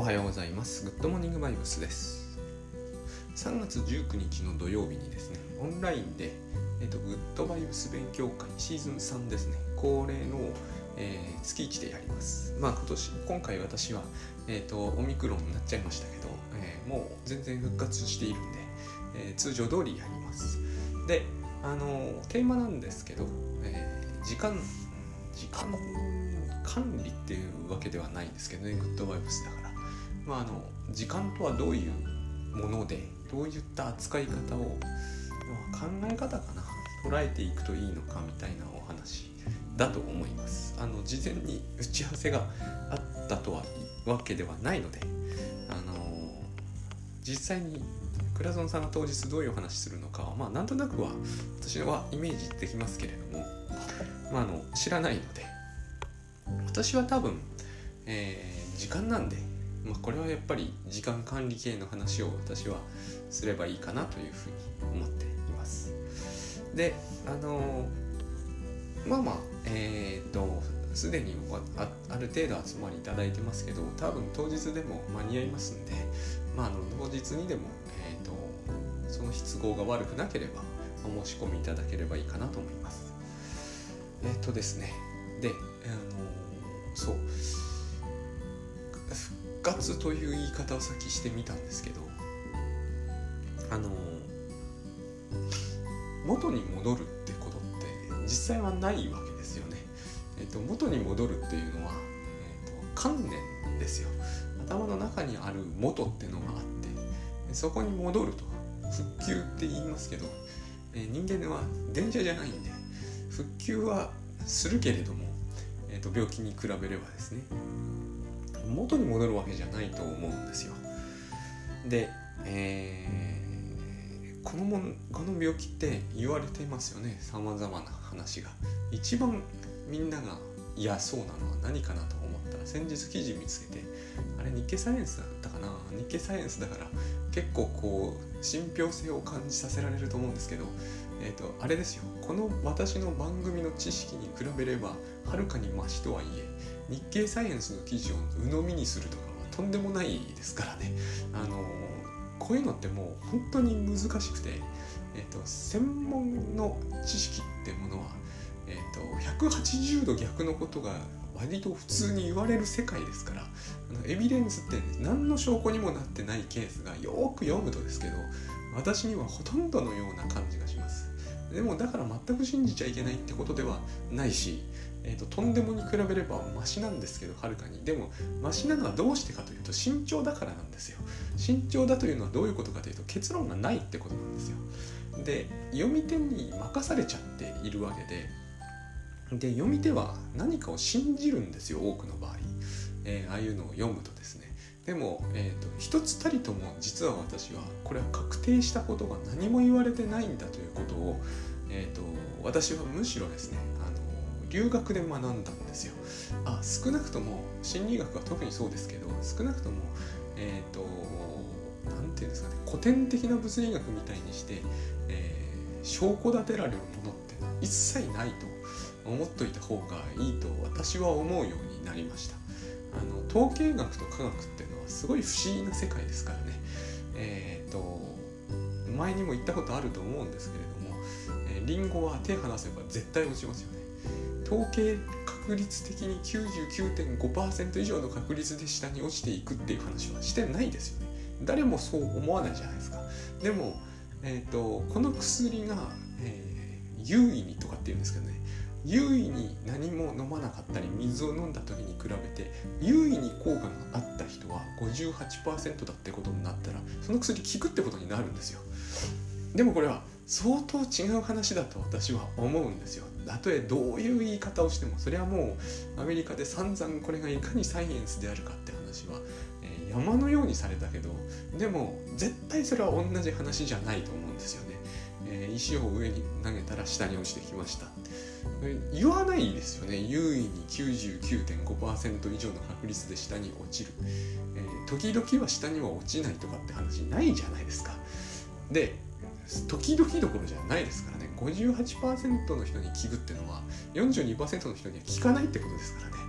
おはようございます。グッドモーニングバイブスです。3月19日の土曜日にですね、オンラインで、グッドバイブス勉強会シーズン3ですね、恒例の、月1でやります。今回私は、オミクロンになっちゃいましたけど、もう全然復活しているんで、通常通りやります。で、テーマなんですけど、時間管理っていうわけではないんですけどね、グッドバイブスだから。時間とはどういうもので、どういった扱い方を、考え方かな、捉えていくといいのかみたいなお話だと思います。事前に打ち合わせがあったとはわけではないので、実際に倉園さんが当日どういうお話するのかは、なんとなくは私はイメージできますけれども、知らないので、私は多分、時間なんで、これはやっぱり時間管理系の話を私はすればいいかなというふうに思っています。で、すでにある程度集まりいただいてますけど、多分当日でも間に合いますんで、当日にでも、その都合が悪くなければお申し込みいただければいいかなと思います。ですね、で、復活という言い方をさっきしてみたんですけど、元に戻るってことって実際はないわけですよね。元に戻るっていうのは、観念ですよ。頭の中にある元ってのがあって、そこに戻ると復旧って言いますけど、人間は電車じゃないんで復旧はするけれども、病気に比べればですね、元に戻るわけじゃないと思うんですよ。で、この病気って言われていますよね。さまざまな話が。一番みんながそうなのは何かなと思ったら、先日記事見つけて、あれ日経サイエンスだったかな。日経サイエンスだから結構信憑性を感じさせられると思うんですけど、あれですよ、この私の番組の知識に比べればはるかにマシとはいえ、日経サイエンスの記事を鵜呑みにするとかはとんでもないですからね。こういうのってもう本当に難しくて、専門の知識ってものは、180度逆のことが割と普通に言われる世界ですから、エビデンスって何の証拠にもなってないケースがよく読むとですけど、私にはほとんどのような感じがします。でもだから全く信じちゃいけないってことではないし、とんでもに比べればマシなんですけど、はるかに。でもマシなのはどうしてかというと、慎重だからなんですよ。慎重だというのはどういうことかというと、結論がないってことなんですよ。で、読み手に任されちゃっているわけで、読み手は何かを信じるんですよ、多くの場合。ああいうのを読むとですね。でも、一つたりとも実は私はこれは確定したことが何も言われてないんだということを、私はむしろですね、留学で学んだんですよ。少なくとも心理学は特にそうですけど、少なくともなんていうんですかね、古典的な物理学みたいにして、証拠立てられるものって一切ないと思っといた方がいいと私は思うようになりました。統計学と科学っていうのはすごい不思議な世界ですからね。前にも言ったことあると思うんですけれども、リンゴは手離せば絶対落ちますよね。統計確率的に 99.5% 以上の確率で下に落ちていくっていう話はしてないですよね。誰もそう思わないじゃないですか。でも、この薬が、優位にとかっていうんですけどね、優位に何も飲まなかったり水を飲んだ時に比べて優位に効果があった人は 58% だってことになったら、その薬効くってことになるんですよ。でもこれは相当違う話だと私は思うんですよ。たとえどういう言い方をしても、それはもうアメリカで散々これがいかにサイエンスであるかって話は、山のようにされたけど、でも絶対それは同じ話じゃないと思うんですよね。石を上に投げたら下に落ちてきました。言わないですよね。優位に 99.5% 以上の確率で下に落ちる、時々は下には落ちないとかって話ないじゃないですか。で、時々どころじゃないですからね。58% の人に効くっていうのは 42% の人には効かないってことですからね。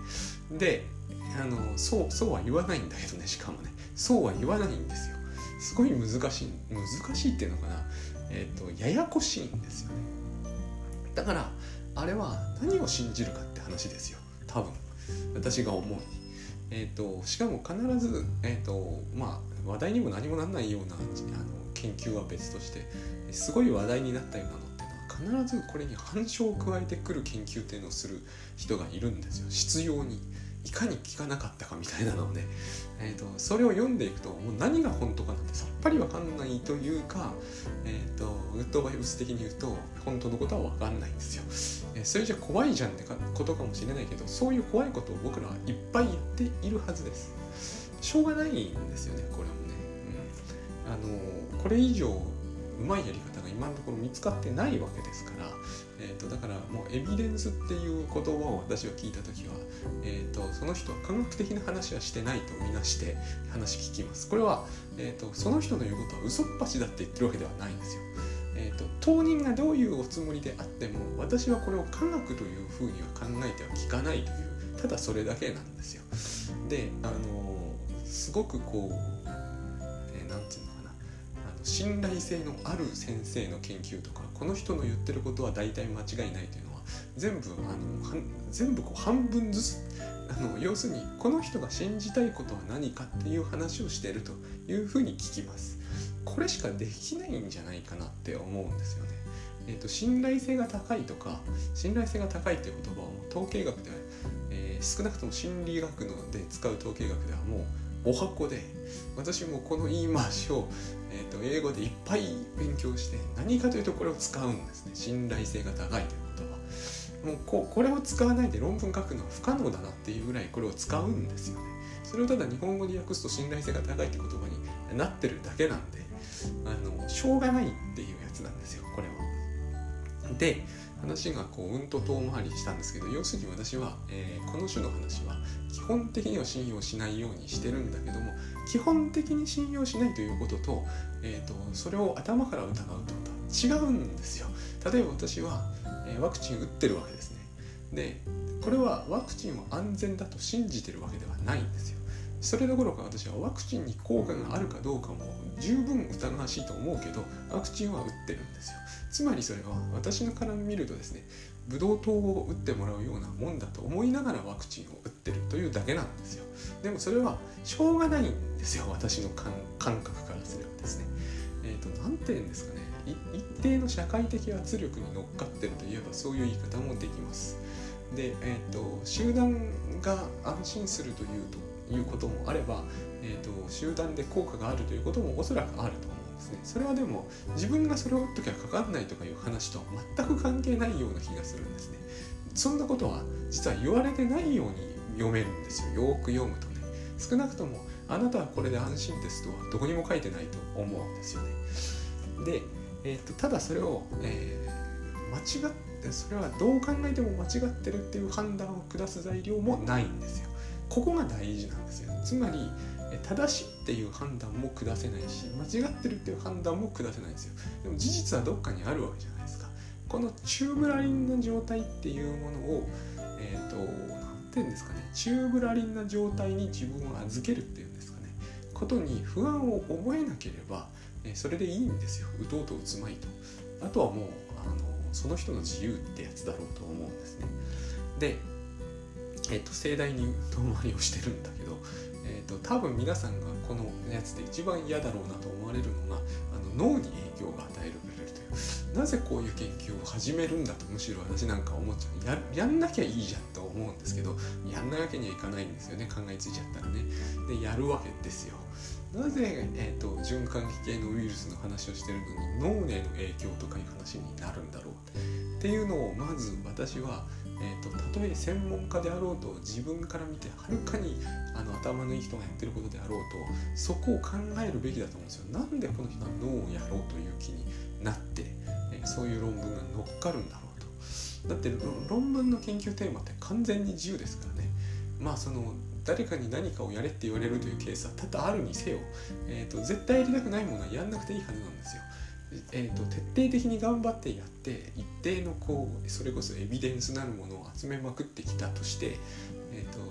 でそうは言わないんだけどね、しかもねそうは言わないんですよ。すごい難しいっていうのかな、ややこしいんですよね。だからあれは何を信じるかって話ですよ、多分私が思うに。しかも必ず、話題にも何もならないような研究は別として、すごい話題になったようなのっていうのは必ずこれに反証を加えてくる研究っていうのをする人がいるんですよ。執拗にいかに聞かなかったかみたいなのをね、それを読んでいくともう何が本当かなんてさっぱり分かんないというか、グッドバイブス的に言うと本当のことは分かんないんですよ。それじゃ怖いじゃんってことかもしれないけど、そういう怖いことを僕らはいっぱいやっているはずです。しょうがないんですよね、これもね、これ以上うまいやり方が今のところ見つかってないわけですから、だからもうエビデンスっていう言葉を私は聞いたときは、その人は科学的な話はしてないとみなして話聞きます。これは、その人の言うことは嘘っぱちだって言ってるわけではないんですよ。当人がどういうおつもりであっても私はこれを科学というふうには考えては聞かないという、ただそれだけなんですよ。で、すごくこう、なんていうのかな、信頼性のある先生の研究とか、この人の言ってることは大体間違いないというのは全部こう半分ずつ要するにこの人が信じたいことは何かっていう話をしているというふうに聞きます。これしかできないんじゃないかなって思うんですよね。信頼性が高いとか、信頼性が高いという言葉はもう統計学では、少なくとも心理学ので使う統計学ではもうお箱で、私もこの言い回しを、英語でいっぱい勉強して、何かというとこれを使うんですね。信頼性が高いという言葉、もうこれを使わないで論文書くのは不可能だなっていうぐらいこれを使うんですよね。それをただ日本語で訳すと信頼性が高いという言葉になってるだけなんで、しょうがないっていうやつなんですよ、これは。で、話がこうと遠回りしたんですけど、要するに私は、この種の話は基本的には信用しないようにしてるんだけども、基本的に信用しないということと、それを頭から疑うと違うんですよ。例えば私は、ワクチン打ってるわけですね。で、これはワクチンは安全だと信じてるわけではないんですよ。それどころか私はワクチンに効果があるかどうかも十分疑わしいと思うけど、ワクチンは打ってるんですよ。つまりそれは私から見るとですね、ブドウ糖を打ってもらうようなもんだと思いながらワクチンを打ってるというだけなんですよ。でもそれはしょうがないんですよ、私の感覚からすればですね。なんて言うんですかね、一定の社会的圧力に乗っかってるといえばそういう言い方もできます。で、集団が安心するということもあれば、集団で効果があるということもおそらくあると思うんですね。それはでも自分がそれを打っときゃかかんないとかいう話とは全く関係ないような気がするんですね。そんなことは実は言われてないように読めるんですよ、よく読むとね。少なくともあなたはこれで安心ですとはどこにも書いてないと思うんですよね。で、ただそれを、間違ってそれはどう考えても間違ってるっていう判断を下す材料もないんですよ。ここが大事なんですよ。つまり正しいっていう判断も下せないし、間違ってるっていう判断も下せないんですよ。でも事実はどっかにあるわけじゃないですか。このチューブラリンな状態っていうものをなんていうんですかね、チューブラリンな状態に自分を預けるっていうんですかね、ことに不安を覚えなければ、それでいいんですよ。打とうと打つまいと。あとはもうその人の自由ってやつだろうと思うんですね。で、盛大に遠回りをしてるんだけど、多分皆さんがこのやつで一番嫌だろうなと思われるのが脳に影響が与えられるという。なぜこういう研究を始めるんだとむしろ私なんか思っちゃう。やんなきゃいいじゃんと思うんですけど、やんないわけにはいかないんですよね、考えついちゃったらね。で、やるわけですよ。なぜ、循環器系のウイルスの話をしてるのに脳への影響とかいう話になるんだろうっていうのをまず私はたとえ専門家であろうと自分から見てはるかに頭のいい人がやってることであろうとそこを考えるべきだと思うんですよ。なんでこの人は脳をやろうという気になって、そういう論文が乗っかるんだろうと。だって論文の研究テーマって完全に自由ですからね。誰かに何かをやれって言われるというケースは多々あるにせよ、絶対やりたくないものはやんなくていいはずなんですよ。徹底的に頑張ってやって一定のそれこそエビデンスなるものを集めまくってきたとして、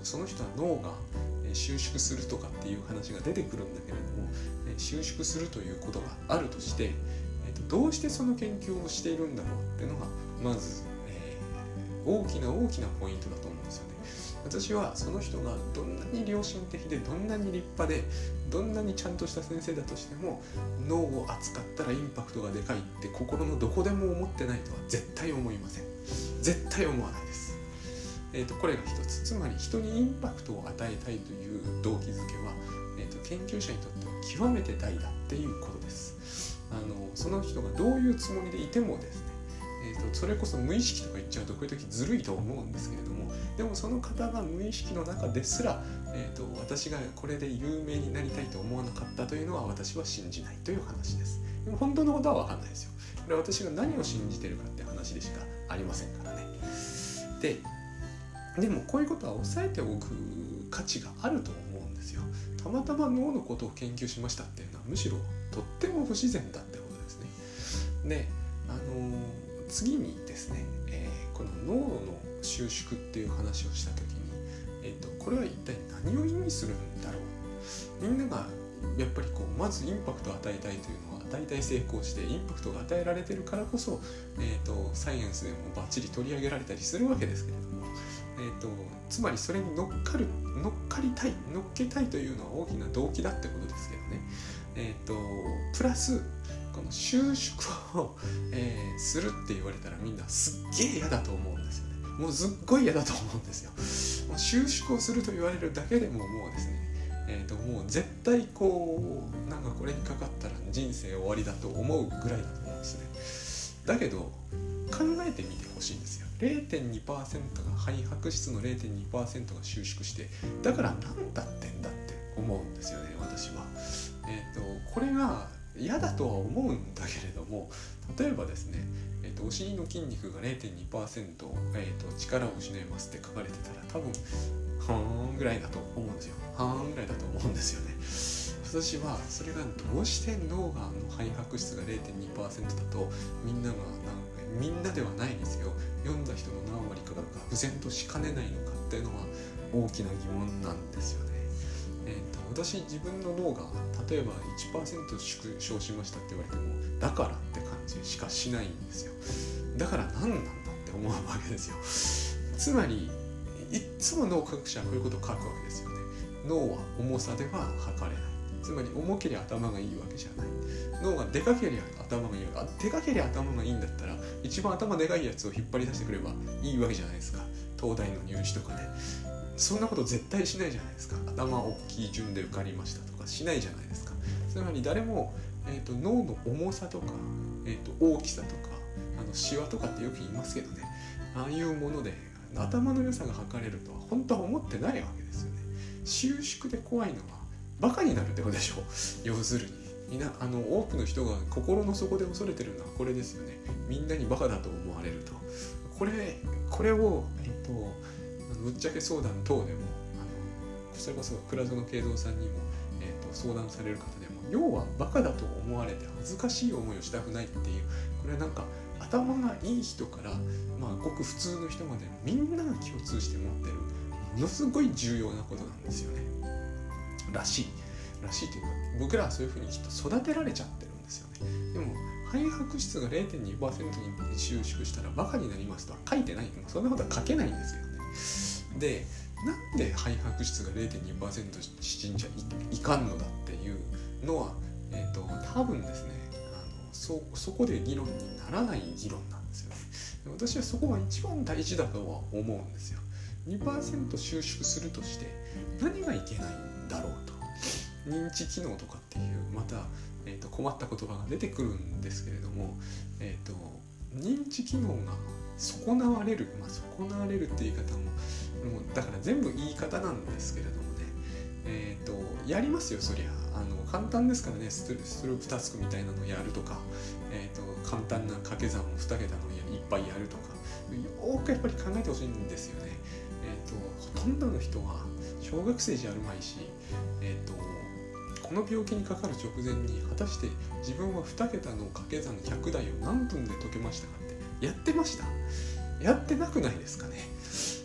その人は脳が収縮するとかっていう話が出てくるんだけれども、収縮するということがあるとして、どうしてその研究をしているんだろうっていうのがまず、大きなポイントだと思うんですよね。私はその人がどんなに良心的でどんなに立派でどんなにちゃんとした先生だとしても、脳を扱ったらインパクトがでかいって心のどこでも思ってないとは絶対思いません。絶対思わないです。これが一つ。つまり人にインパクトを与えたいという動機づけは、研究者にとっては極めて大だっていうことです。その人がどういうつもりでいてもですね、それこそ無意識とか言っちゃうとこういう時ずるいと思うんですけれども、でもその方が無意識の中ですら、私がこれで有名になりたいと思わなかったというのは私は信じないという話です。でも本当のことは分かんないですよ。これは私が何を信じてるかって話でしかありませんからね。でもこういうことは押さえておく価値があると思うんですよ。たまたま脳のことを研究しましたっていうのはむしろとっても不自然だってことですね。で、次にですね、この脳の収縮っていう話をした時に、これは一体何を意味するんだろう。みんながやっぱりまずインパクトを与えたいというのは大体成功してインパクトが与えられてるからこそ、サイエンスでもバッチリ取り上げられたりするわけですけれども、つまりそれに乗っけたいというのは大きな動機だってことですけどね。プラスこの収縮を、するって言われたらみんなすっげえ嫌だと思うんですよね。もうすっごい嫌だと思うんですよ。もう収縮をすると言われるだけでももうですね、もう絶対なんかこれにかかったら人生終わりだと思うぐらいだと思うんですね。だけど考えてみてほしいんですよ。0.2% が肺白質の 0.2% が収縮して、だから何だってんだって思うんですよね、私は。これが嫌だとは思うんだけれども、例えばですね、お尻の筋肉が 0.2%、力を失いますって書かれてたら多分はーんぐらいだと思うんですよ。はーんぐらいだと思うんですよね。私はそれがどうして脳が肺白質が 0.2% だとみんなではないですよ、読んだ人の何割かが愕然としかねないのかっていうのは大きな疑問なんですよね。私自分の脳が例えば 1% 縮小しましたって言われてもだからって感じしかしないんですよ。だから何なんだって思うわけですよ。つまりいつも脳科学者はこういうことを書くわけですよね。脳は重さでは測れない。つまり重ければ頭がいいわけじゃない。脳がでかければ頭がいいわけ。でかければ頭がいいんだったら一番頭でかいやつを引っ張り出してくればいいわけじゃないですか。東大の入試とかでそんなこと絶対しないじゃないですか。頭大きい順で受かりましたとかしないじゃないですか。つまり誰も、脳の重さとか、大きさとかシワとかってよく言いますけどね、ああいうもので頭の良さが測れるとは本当は思ってないわけですよね。収縮で怖いのはバカになるってことでしょ。要するに多くの人が心の底で恐れてるのはこれですよね。みんなにバカだと思われると。これを、ぶっちゃけ相談等でもそれこそ倉園慶三さんにも、相談される方でも要はバカだと思われて恥ずかしい思いをしたくないっていう、これはなんか頭がいい人から、ごく普通の人までみんなが共通して持ってるものすごい重要なことなんですよね。らしいというか僕らはそういうふうにきっと育てられちゃってるんですよね。でも肺白質が 0.2% に収縮したらバカになりますとは書いてない。そんなことは書けないんですよね。で、なんで肺白質が 0.2% 死んじゃいかんのだっていうのは、多分ですねそこで議論にならない議論なんですよね。私はそこが一番大事だとは思うんですよ。2% 収縮するとして何がいけないんだろうと。認知機能とかっていうまた、困った言葉が出てくるんですけれども、認知機能が損なわれるっていう言い方もだから全部言い方なんですけれどもね、やりますよそりゃ。簡単ですからね、スループタスクみたいなのをやるとか、簡単な掛け算を2桁のいっぱいやるとか、よくやっぱり考えてほしいんですよね。ほとんどの人は小学生じゃあるまいし、この病気にかかる直前に果たして自分は2桁の掛け算100台を何分で解けましたかってやってました？やってなくないですかね。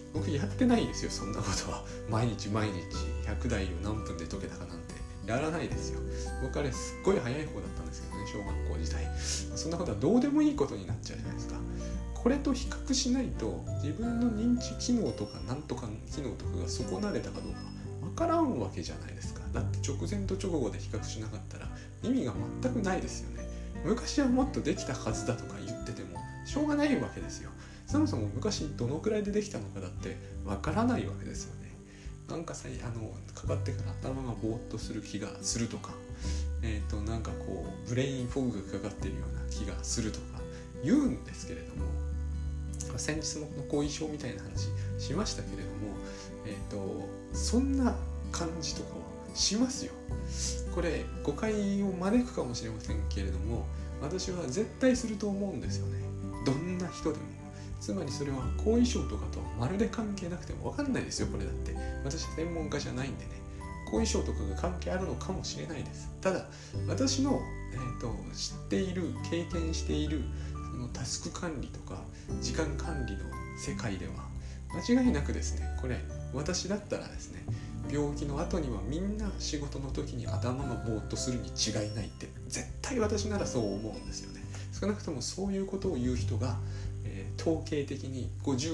僕やってないですよ、そんなことは。毎日100題を何分で解けたかなんてやらないですよ。僕あれすっごい早い方だったんですけどね、小学校時代。そんなことはどうでもいいことになっちゃうじゃないですか。これと比較しないと自分の認知機能とかなんとか機能とかが損なれたかどうかわからんわけじゃないですか。だって直前と直後で比較しなかったら意味が全くないですよね。昔はもっとできたはずだとか言っててもしょうがないわけですよ。そもそも昔どのくらいでできたのかだってわからないわけですよね。なんかかかってから頭がぼーっとする気がするとか、なんかこうブレインフォグがかかってるような気がするとか言うんですけれども、先日も後遺症みたいな話しましたけれども、そんな感じとかはしますよ。これ誤解を招くかもしれませんけれども、私は絶対すると思うんですよね。どんな人でも。つまりそれは後遺症とかとまるで関係なくても分かんないですよ。これだって私は専門家じゃないんでね、後遺症とかが関係あるのかもしれないです。ただ私の、知っている経験しているそのタスク管理とか時間管理の世界では間違いなくですね、これ私だったらですね、病気の後にはみんな仕事の時に頭がぼーっとするに違いないって絶対私ならそう思うんですよね。少なくともそういうことを言う人が、統計的に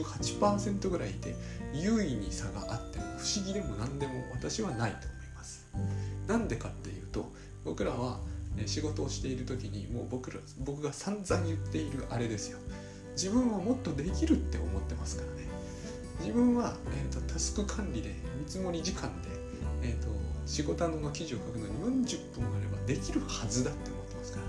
58% ぐらいで優位に差があっても不思議でも何でも私はないと思います。なんでかっていうと、僕らは仕事をしている時にもう僕が散々言っているあれですよ。自分はもっとできるって思ってますからね。自分は、タスク管理で見積もり時間で、仕事の記事を書くのに40分あればできるはずだって思ってますから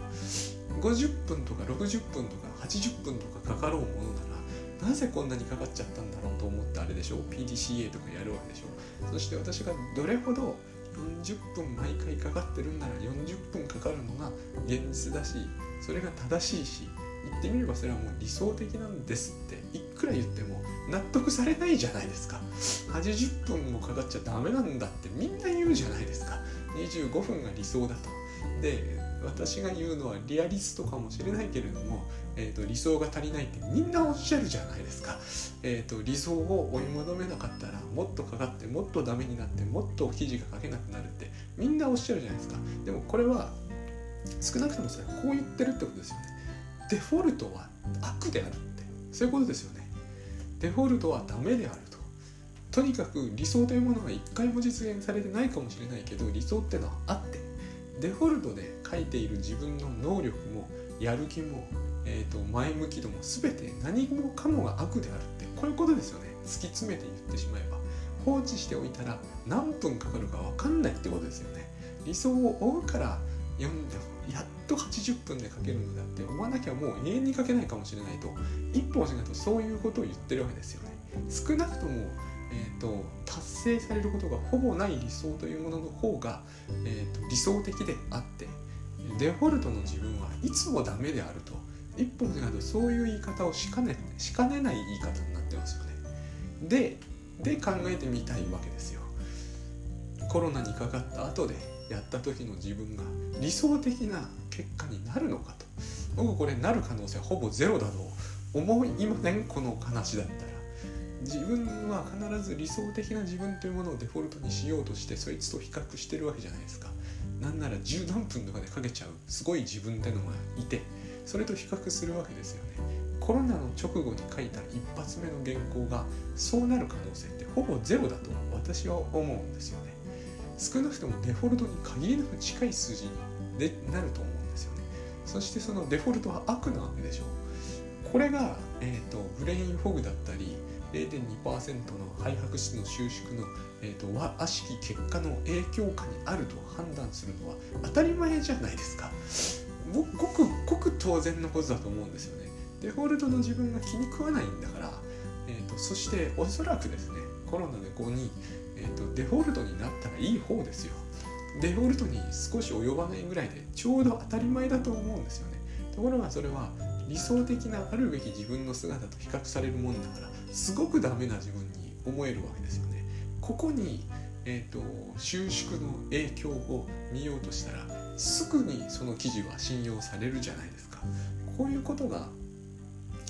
、50分とか60分とか80分とかかかろうものならなぜこんなにかかっちゃったんだろうと思ってあれでしょ、 PDCA とかやるわけでしょ。そして私がどれほど40分毎回かかってるんなら40分かかるのが現実だし、それが正しいし、言ってみればそれはもう理想的なんですっていくら言っても納得されないじゃないですか。80分もかかっちゃダメなんだってみんな言うじゃないですか。25分が理想だと。で、私が言うのはリアリストかもしれないけれども、理想が足りないってみんなおっしゃるじゃないですか。理想を追い求めなかったらもっとかかってもっとダメになってもっと記事が書けなくなるってみんなおっしゃるじゃないですか。でもこれは少なくともそれはこう言ってるってことですよね。デフォルトは悪であるって、そういうことですよね。デフォルトはダメであると。とにかく理想というものが一回も実現されてないかもしれないけど、理想ってのはあって、デフォルトで書いている自分の能力もやる気も、前向き度も全て何もかもが悪であるって、こういうことですよね。突き詰めて言ってしまえば、放置しておいたら何分かかるか分かんないってことですよね。理想を追うから読んでやっと80分で書けるのだって、追わなきゃもう永遠に書けないかもしれないと一歩間違うとそういうことを言ってるわけですよね。少なくとも達成されることがほぼない理想というものの方が、理想的であって、デフォルトの自分はいつもダメであると一歩間違うとそういう言い方をしかねない言い方になってますよね。で考えてみたいわけですよ。コロナにかかった後でやった時の自分が理想的な結果になるのかと。僕これなる可能性はほぼゼロだと思いません？この話だったら自分は必ず理想的な自分というものをデフォルトにしようとしてそいつと比較してるわけじゃないですか。なんなら10何分とかで書けちゃうすごい自分ってのがいて、それと比較するわけですよね。コロナの直後に書いた一発目の原稿がそうなる可能性ってほぼゼロだと私は思うんですよね。少なくともデフォルトに限りなく近い数字になると思うんですよね。そしてそのデフォルトは悪なわけでしょう。これが、ブレインフォグだったり 0.2% の肺白質の収縮の、悪しき結果の影響下にあると判断するのは当たり前じゃないですか。ごく当然のことだと思うんですよね。デフォルトの自分が気に食わないんだから、そしておそらくですね、コロナでこうに、デフォルトになったらいい方ですよ。デフォルトに少し及ばないぐらいでちょうど当たり前だと思うんですよね。ところがそれは理想的なあるべき自分の姿と比較されるもんだからすごくダメな自分に思えるわけですよね。ここに、収縮の影響を見ようとしたらすぐにその記事は信用されるじゃないですか。こういうことが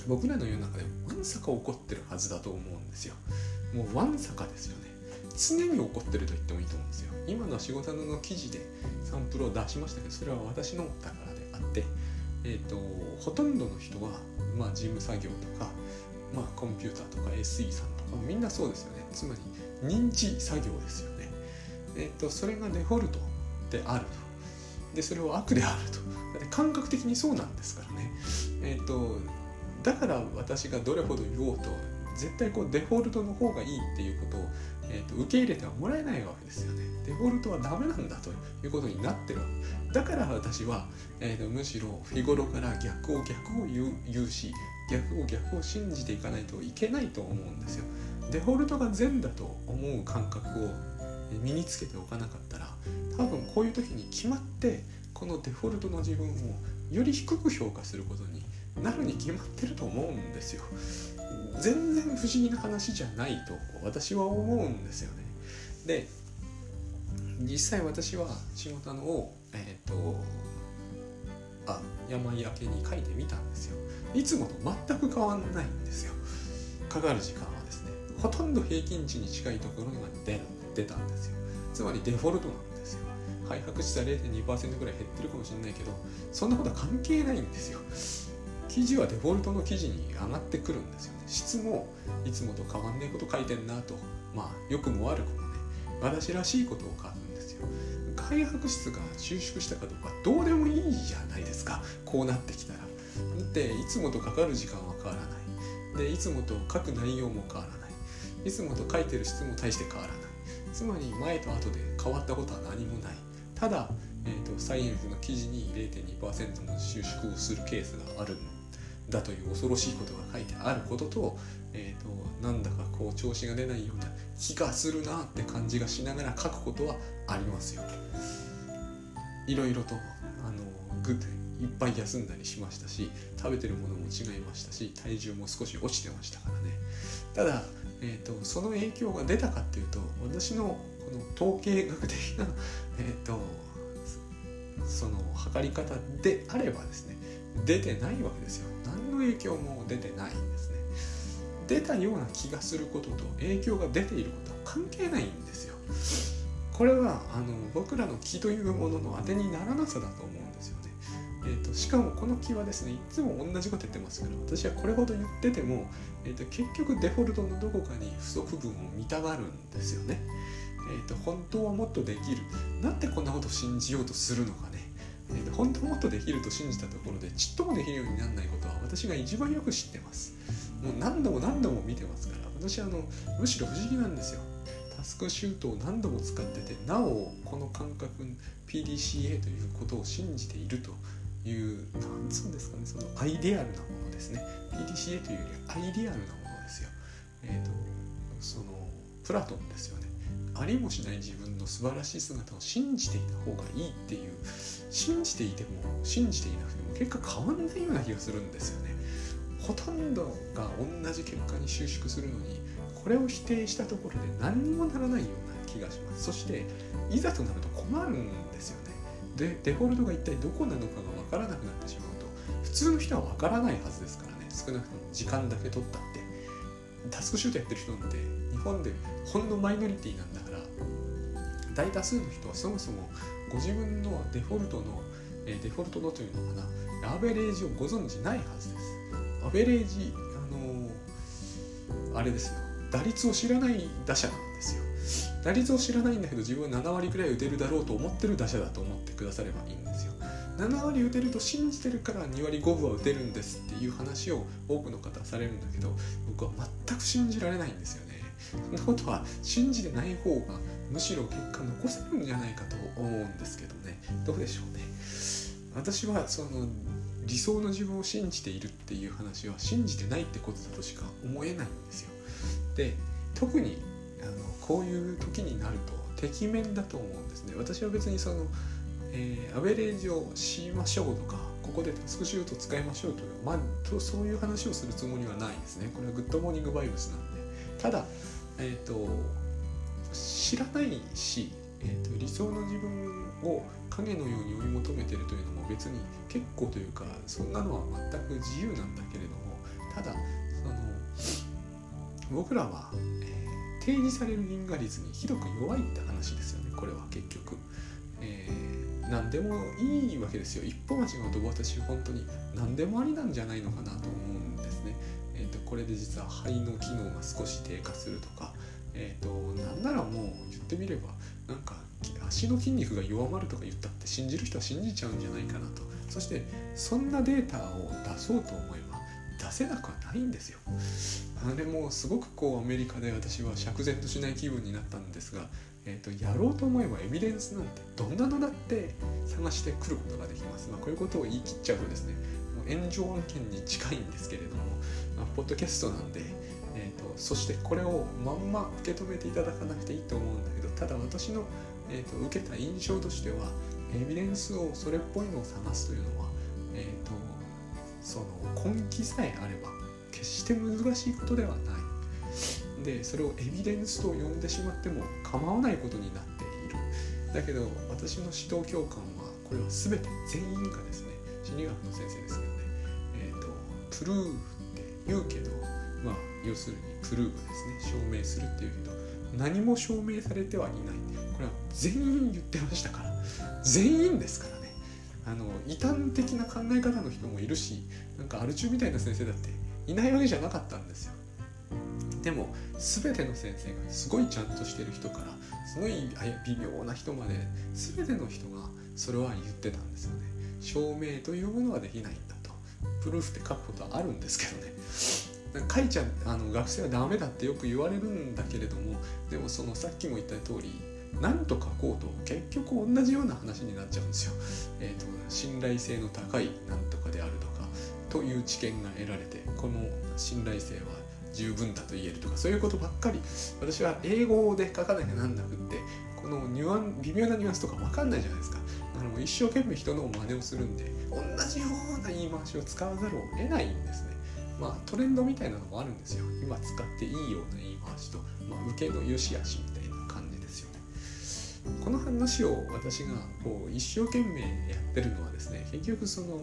僕らの世の中でわんさか起こってるはずだと思うんですよ。もうわんさかですよね。常に起こってると言ってもいいと思うんですよ。今の仕事の記事でサンプルを出しましたけど、それは私のだからであって、ほとんどの人は、事務作業とか、コンピューターとか SE さんとかみんなそうですよね。つまり認知作業ですよね。それがデフォルトであると。でそれを悪であると。だって感覚的にそうなんですからね。だから私がどれほど言おうと絶対デフォルトの方がいいっていうことを、受け入れてはもらえないわけですよね。デフォルトはダメなんだということになってるわけだから私は、むしろ日頃から逆を言うし、逆を信じていかないといけないと思うんですよ。デフォルトが善だと思う感覚を身につけておかなかったら、多分こういう時に決まってこのデフォルトの自分をより低く評価することになるに決まってると思うんですよ。全然不思議な話じゃないと私は思うんですよね。で実際私は仕事を山焼けに書いてみたんですよ。いつもと全く変わんないんですよ。かかる時間はですね、ほとんど平均値に近いところが出たんですよ。つまりデフォルトなんですよ。開発したら 0.2% ぐらい減ってるかもしれないけど、そんなことは関係ないんですよ。記事はデフォルトの記事に上がってくるんですよね。質もいつもと変わんないこと書いてんなと、良くも悪くもね、私らしいことを書くんですよ。開発室が収縮したかどうかどうでもいいじゃないですか。こうなってきたら。でいつもとかかる時間は変わらない。でいつもと書く内容も変わらない。いつもと書いてる質も大して変わらない。つまり前と後で変わったことは何もない。ただ、サイエンスの記事に 0.2% の収縮をするケースがあるんだという恐ろしいことが書いてあることと、なんだか調子が出ないような気がするなって感じがしながら書くことはありますよ。いろいろといっぱい休んだりしましたし、食べてるものも違いましたし、体重も少し落ちてましたからね。ただ、その影響が出たかっていうと、私のこの統計学的な、その測り方であればですね、出てないわけですよ。何の影響も出てないんですね。出たような気がすることと影響が出ていることは関係ないんですよ。これは僕らの気というものの当てにならなさだと思うんですよね。しかもこの気はですね、いつも同じこと言ってますから、私はこれほど言ってても、結局デフォルトのどこかに不足分を見たがるんですよね。本当はもっとできる。なんでこんなことを信じようとするのかね。本当はもっとできると信じたところでちっともできるようにならないことは私が一番よく知ってます。もう何度も見てますから、私はむしろ不思議なんですよ。タスクシュートを何度も使ってて、なおこの感覚 PDCA ということを信じているという、なんつうんですかね、そのアイデアルなものですね。 PDCA というよりアイデアルなものですよ。そのプラトンですよね。ありもしない自分の素晴らしい姿を信じていた方がいいっていう、信じていても信じていなくても結果変わんないような気がするんですよね。ほとんどが同じ結果に収縮するのに、これを否定したところで何にもならないような気がします。そしていざとなると困るんですよね。でデフォルトが一体どこなのかが分からなくなってしまうと、普通の人は分からないはずですからね。少なくとも時間だけ取ったってタスクシュートやってる人なんて日本でほんのマイノリティなんだから、大多数の人はそもそもご自分のデフォルトのというのかな、アベレージをご存じないはずです。アベレージあれですよ、打率を知らない打者なんですよ。打率を知らないんだけど自分は7割くらい打てるだろうと思ってる打者だと思ってくださればいいんですよ。7割打てると信じてるから2割5分は打てるんですっていう話を多くの方はされるんだけど、僕は全く信じられないんですよね。そんなことは信じてない方がむしろ結果残せるんじゃないかと思うんですけどね。どうでしょうね。私はその理想の自分を信じているっていう話は信じてないってことだとしか思えないんですよ。で特にこういう時になるとてきめんだと思うんですね。私は別にそのアベレージをしましょうとか、ここでタスクシュート使いましょうという、そういう話をするつもりはないですね。これはグッドモーニングバイブスなんで。ただ、知らないし、理想の自分を影のように追い求めているというのも別に結構というか、そんなのは全く自由なんだけれども、 ただ僕らは、提示される因果率にひどく弱いって話ですよね。これは結局、何でもいいわけですよ。一歩間違うと私本当に何でもありなんじゃないのかなと思うんですね。これで実は肺の機能が少し低下するとか、なんならもう言ってみればなんか足の筋肉が弱まるとか言ったって信じる人は信じちゃうんじゃないかなと。そしてそんなデータを出そうと思えば出せなくはないんですよ。あれもすごくアメリカで私は釈然としない気分になったんですが、やろうと思えばエビデンスなんてどんなのだって探してくることができます。こういうことを言い切っちゃうとですね、もう炎上案件に近いんですけれども、ポッドキャストなんで、そしてこれをまんま受け止めていただかなくていいと思うんだけど、ただ私の、受けた印象としてはエビデンスをそれっぽいのを探すというのは、その根気さえあれば決して難しいことではないで、それをエビデンスと呼んでしまっても構わないことになっている。だけど私の指導教官はこれは全て全員がですね、心理学の先生ですけどね、プルーフって言うけど、要するにプルーブですね、証明するっていうけど何も証明されてはいない。これは全員言ってましたから、全員ですからね。異端的な考え方の人もいるし、なんかアル中みたいな先生だっていないわけじゃなかったんですよ。でも全ての先生がすごいちゃんとしてる人からすごい微妙な人まで全ての人がそれは言ってたんですよね。証明というものはできないんだと。プルーフって書くことはあるんですけどね、書いちゃ学生はダメだってよく言われるんだけれども、でもそのさっきも言った通り何と書こうと結局同じような話になっちゃうんですよ。信頼性の高い何とかであるとかという知見が得られて、この信頼性は十分だと言えるとか、そういうことばっかり私は英語で書かなきゃなんなくって、この微妙なニュアンスとか分かんないじゃないですか。だからもう一生懸命人の真似をするんで同じような言い回しを使わざるを得ないんですね。トレンドみたいなのもあるんですよ。今使っていいような言い回しと、受けの良し悪しみたいな感じですよね。この話を私が一生懸命やってるのはですね、結局その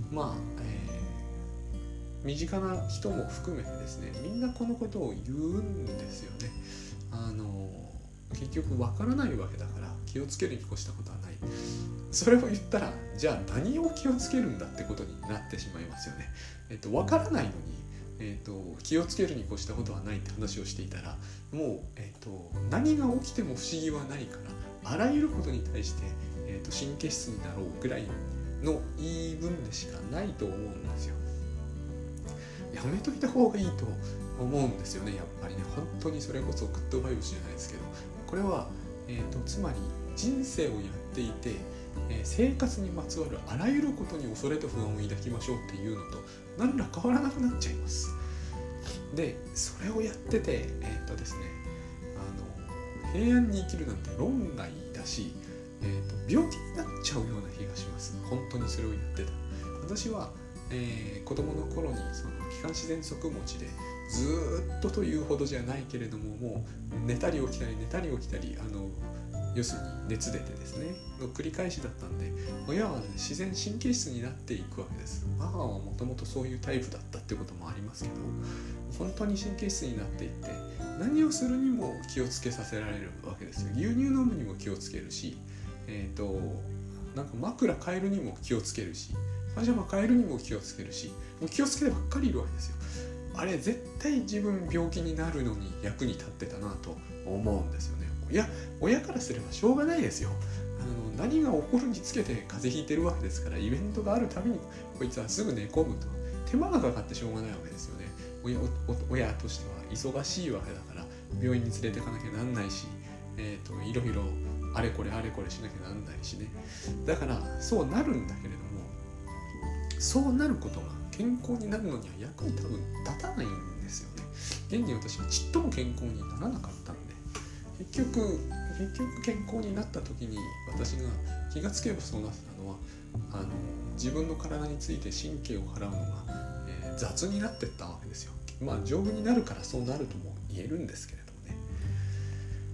身近な人も含めてですね、みんなこのことを言うんですよね。結局分からないわけだから気をつけるに越したことはない。それを言ったらじゃあ何を気をつけるんだってことになってしまいますよね。分からないのに、気をつけるに越したことはないって話をしていたら、もう、何が起きても不思議はないからあらゆることに対して、神経質になろうぐらいの言い分でしかないと思うんですよ。やめといた方がいいと思うんですよね。やっぱりね、本当にそれこそグッドバイブスじゃないですけど、これは、つまり人生をやっていて、生活にまつわるあらゆることに恐れと不安を抱きましょうっていうのと何ら変わらなくなっちゃいます。でそれをやっててですね、平安に生きるなんて論外だし、病気になっちゃうような気がします。本当にそれを言ってた。私は、子供の頃にその気管支喘息持ちでずっとというほどじゃないけれども、もう寝たり起きたり要するに熱出てですねの繰り返しだったんで、親は、自然神経質になっていくわけです。母はもともとそういうタイプだったっていうこともありますけど、本当に神経質になっていって何をするにも気をつけさせられるわけですよ。牛乳飲むにも気をつけるし、なんか枕変えるにも気をつけるし、パジャマ変えるにも気をつけるし、もう気をつけてばっかりいるわけですよ。あれ絶対自分病気になるのに役に立ってたなと思うんですよね。親からすればしょうがないですよ。何が起こるにつけて風邪ひいてるわけですから、イベントがあるたびにこいつはすぐ寝込むと手間がかかってしょうがないわけですよね。親としては忙しいわけだから病院に連れてかなきゃなんないし、いろいろあれこれしなきゃなんないしね。だからそうなるんだけれども、そうなることが健康になるのには役に多分立たないんですよね。現に私はちっとも健康にならなかったんで、結局健康になった時に私が気がつけばそうなってたのは、自分の体について神経を払うのが、雑になってったわけですよ。丈夫になるからそうなるとも言えるんですけれどもね。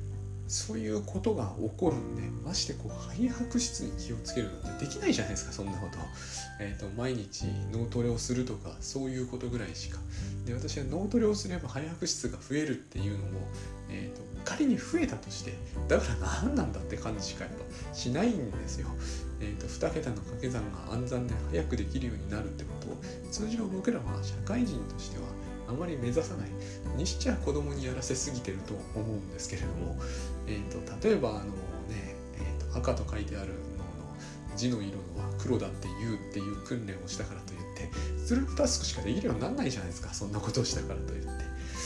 そういうことが起こるんで、まして肺白質に気をつけるなんてできないじゃないですか、そんなこと。毎日脳トレをするとかそういうことぐらいしか。で、私は脳トレをすれば肺白質が増えるっていうのも、仮に増えたとして、だから何なんだって感じしかやっぱしないんですよ。2桁の掛け算が暗算で早くできるようになるってことを、通常僕らは社会人としてはあまり目指さないにしちゃ子供にやらせすぎてると思うんですけれども、例えば赤と書いてあるのの字の色は黒だって言うっていう訓練をしたからといってスループタスクしかできるようにならないじゃないですか、そんなことをしたからといって。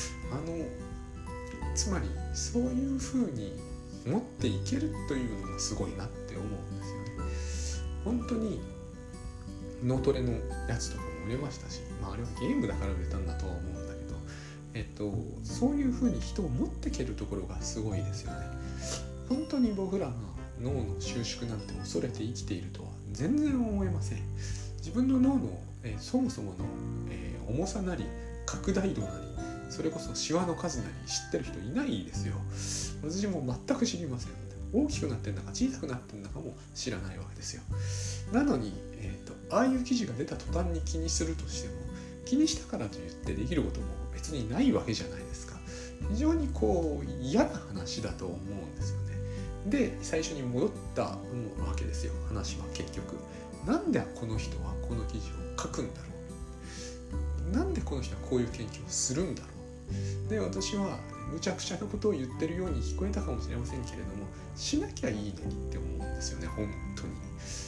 つまりそういう風に持っていけるというのがすごいなって思うんですよね。本当に脳トレのやつとかも売れましたし、あれはゲームだから売れたんだとは思うんだけど、そういう風に人を持っていけるところがすごいですよね。本当に僕らが脳の収縮なんて恐れて生きているとは全然思えません。自分の脳の、そもそもの、重さなり拡大度なり、それこそシワの数なり知ってる人いないですよ。私も全く知りません。大きくなってんだか小さくなってんだかも知らないわけですよ。なのに、ああいう記事が出た途端に気にするとしても、気にしたからといってできることも別にないわけじゃないですか。非常に嫌な話だと思うんですよね。で、最初に戻ったわけですよ。話は結局、なんでこの人はこの記事を書くんだろう、なんでこの人はこういう研究をするんだろう。で、私はむちゃくちゃなことを言ってるように聞こえたかもしれませんけれども、しなきゃいいのにって思うんですよね、本当に。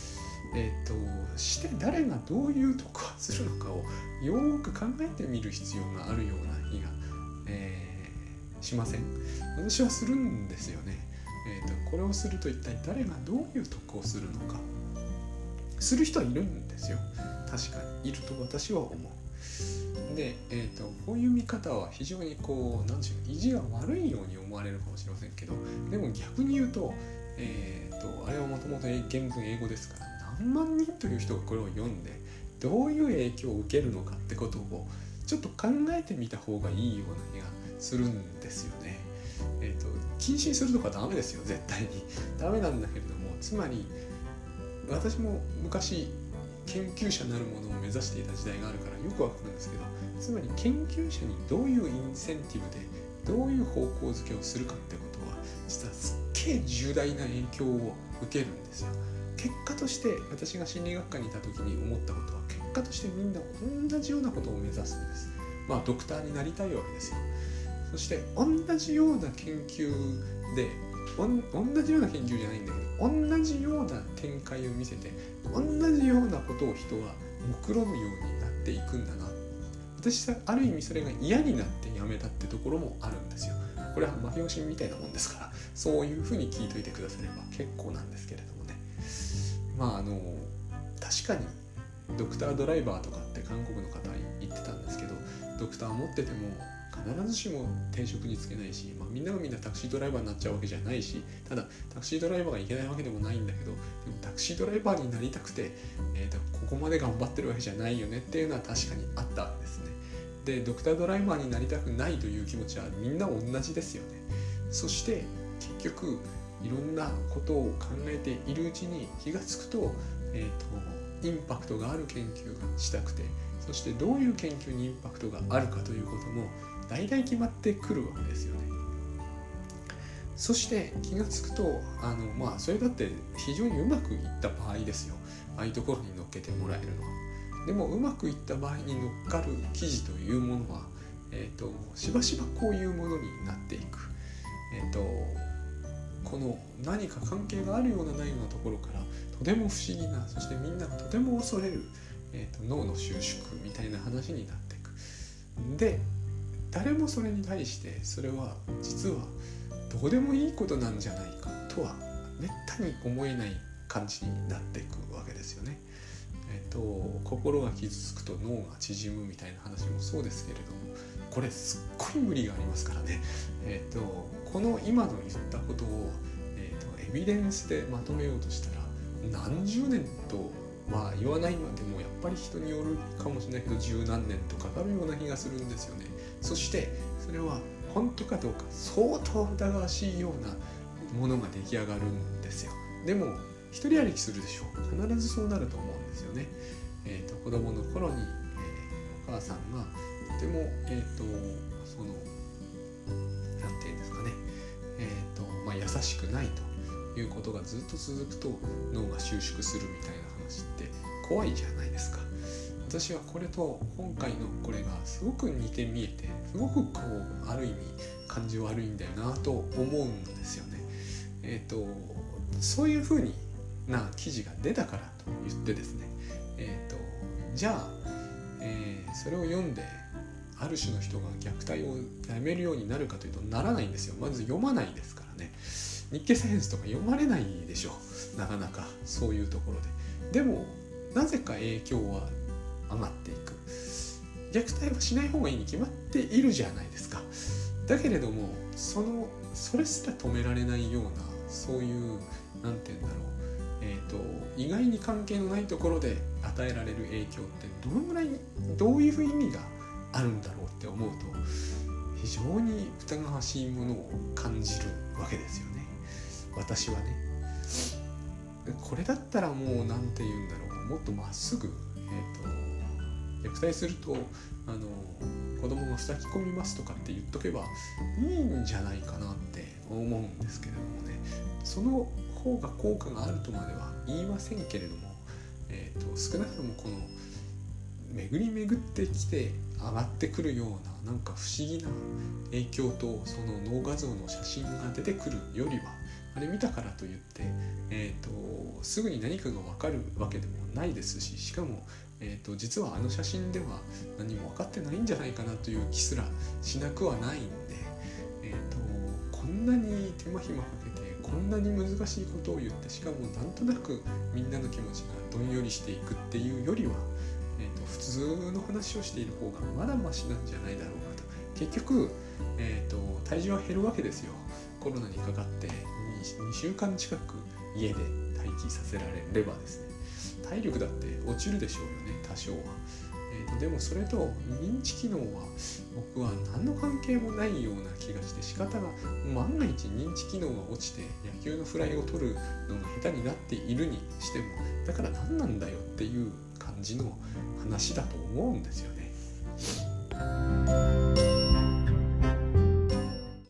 して誰がどういう得をするのかをよーく考えてみる必要があるような気が、しません？私はするんですよね。これをすると一体誰がどういう得をするのか、する人はいるんですよ。確かにいると私は思う。で、こういう見方は非常になんていうの、意地が悪いように思われるかもしれませんけど、でも逆に言うと、あれはもともと原文英語ですから、何万人という人がこれを読んでどういう影響を受けるのかってことをちょっと考えてみた方がいいような気がするんですよね。禁止するとかダメですよ、絶対にダメなんだけれども、つまり私も昔研究者なるものを目指していた時代があるからよくわかるんですけど、つまり研究者にどういうインセンティブでどういう方向づけをするかってことは実はすっげえ重大な影響を受けるんですよ。結果として私が心理学科にいた時に思ったことは、結果としてみんな同じようなことを目指すんです。ドクターになりたいわけですよ。そして同じような研究で同じような研究じゃないんだけど、同じような展開を見せて同じようなことを人は目論むようになっていくんだな。私はある意味それが嫌になってやめたってところもあるんですよ。これはマフィオシンみたいなもんですから、そういうふうに聞いといてくだされば結構なんですけれどもね。確かにドクタードライバーとかって韓国の方言ってたんですけど、ドクター持ってても必ずしも定職につけないし、みんながみんなタクシードライバーになっちゃうわけじゃないし、ただタクシードライバーがいけないわけでもないんだけど、でもタクシードライバーになりたくて、ここまで頑張ってるわけじゃないよねっていうのは確かにあったんですね。で、ドクタードライバーになりたくないという気持ちはみんな同じですよね。そして結局いろんなことを考えているうちに気がつくと、インパクトがある研究がしたくて、そしてどういう研究にインパクトがあるかということも大体決まってくるわけですよね。そして気がつくとそれだって非常にうまくいった場合ですよ、ああいうところに乗っけてもらえるのは。でもうまくいった場合に乗っかる記事というものは、しばしばこういうものになっていく。この何か関係があるようなないようなところからとても不思議な、そしてみんながとても恐れる、脳の収縮みたいな話になっていく。で、誰もそれに対してそれは実はどうでもいいことなんじゃないかとはめったに思えない感じになっていくわけですよね。心が傷つくと脳が縮むみたいな話もそうですけれども、これすっごい無理がありますからね。この今の言ったことを、エビデンスでまとめようとしたら何十年と言わないまでもやっぱり人によるかもしれないけど十何年とかかるような気がするんですよね。そしてそれは本当かどうか相当疑わしいようなものが出来上がるんですよ。でも一人歩きするでしょう。必ずそうなると思うんですよね。子供の頃に、お母さんがとても、そのなんていうんですかね、優しくないということがずっと続くと脳が収縮するみたいな話って怖いじゃないですか。私はこれと今回のこれがすごく似て見えて、すごくこうある意味感じ悪いんだよなと思うんですよね。そういう風にな記事が出たからと言ってですね、じゃあ、それを読んである種の人が虐待をやめるようになるかというとならないんですよ。まず読まないですからね。日経サイエンスとか読まれないでしょう、なかなかそういうところで。でもなぜか影響は上がっていく。虐待はしない方がいいに決まっているじゃないですか。だけれどもそれすら止められないような、そういうなんて言うんだろう、意外に関係のないところで与えられる影響ってどのぐらい、どういう意味があるんだろうって思うと非常に疑わしいものを感じるわけですよね、私はね。これだったらもうなんて言うんだろう、もっとまっすぐ、虐待すると子供が塞ぎ込みますとかって言っとけばいいんじゃないかなって思うんですけれどもね。その方が効果があるとまでは言いませんけれども、少なくともこの巡り巡ってきて上がってくるような、なんか不思議な影響と、その脳画像の写真が出てくるよりは、あれ見たからといって、すぐに何かが分かるわけでもないですし、しかも、実はあの写真では何も分かってないんじゃないかなという気すらしなくはないんで、こんなに手間暇かけてこんなに難しいことを言って、しかもなんとなくみんなの気持ちがどんよりしていくっていうよりは、普通の話をしている方がまだマシなんじゃないだろうかと。結局、体重は減るわけですよ。コロナにかかって2週間近く家で待機させられればですね、体力だって落ちるでしょうよね、多少は。でもそれと認知機能は僕は何の関係もないような気がして仕方が、万が一認知機能が落ちて野球のフライを取るのが下手になっているにしても、だから何なんだよっていう感じの話だと思うんですよね。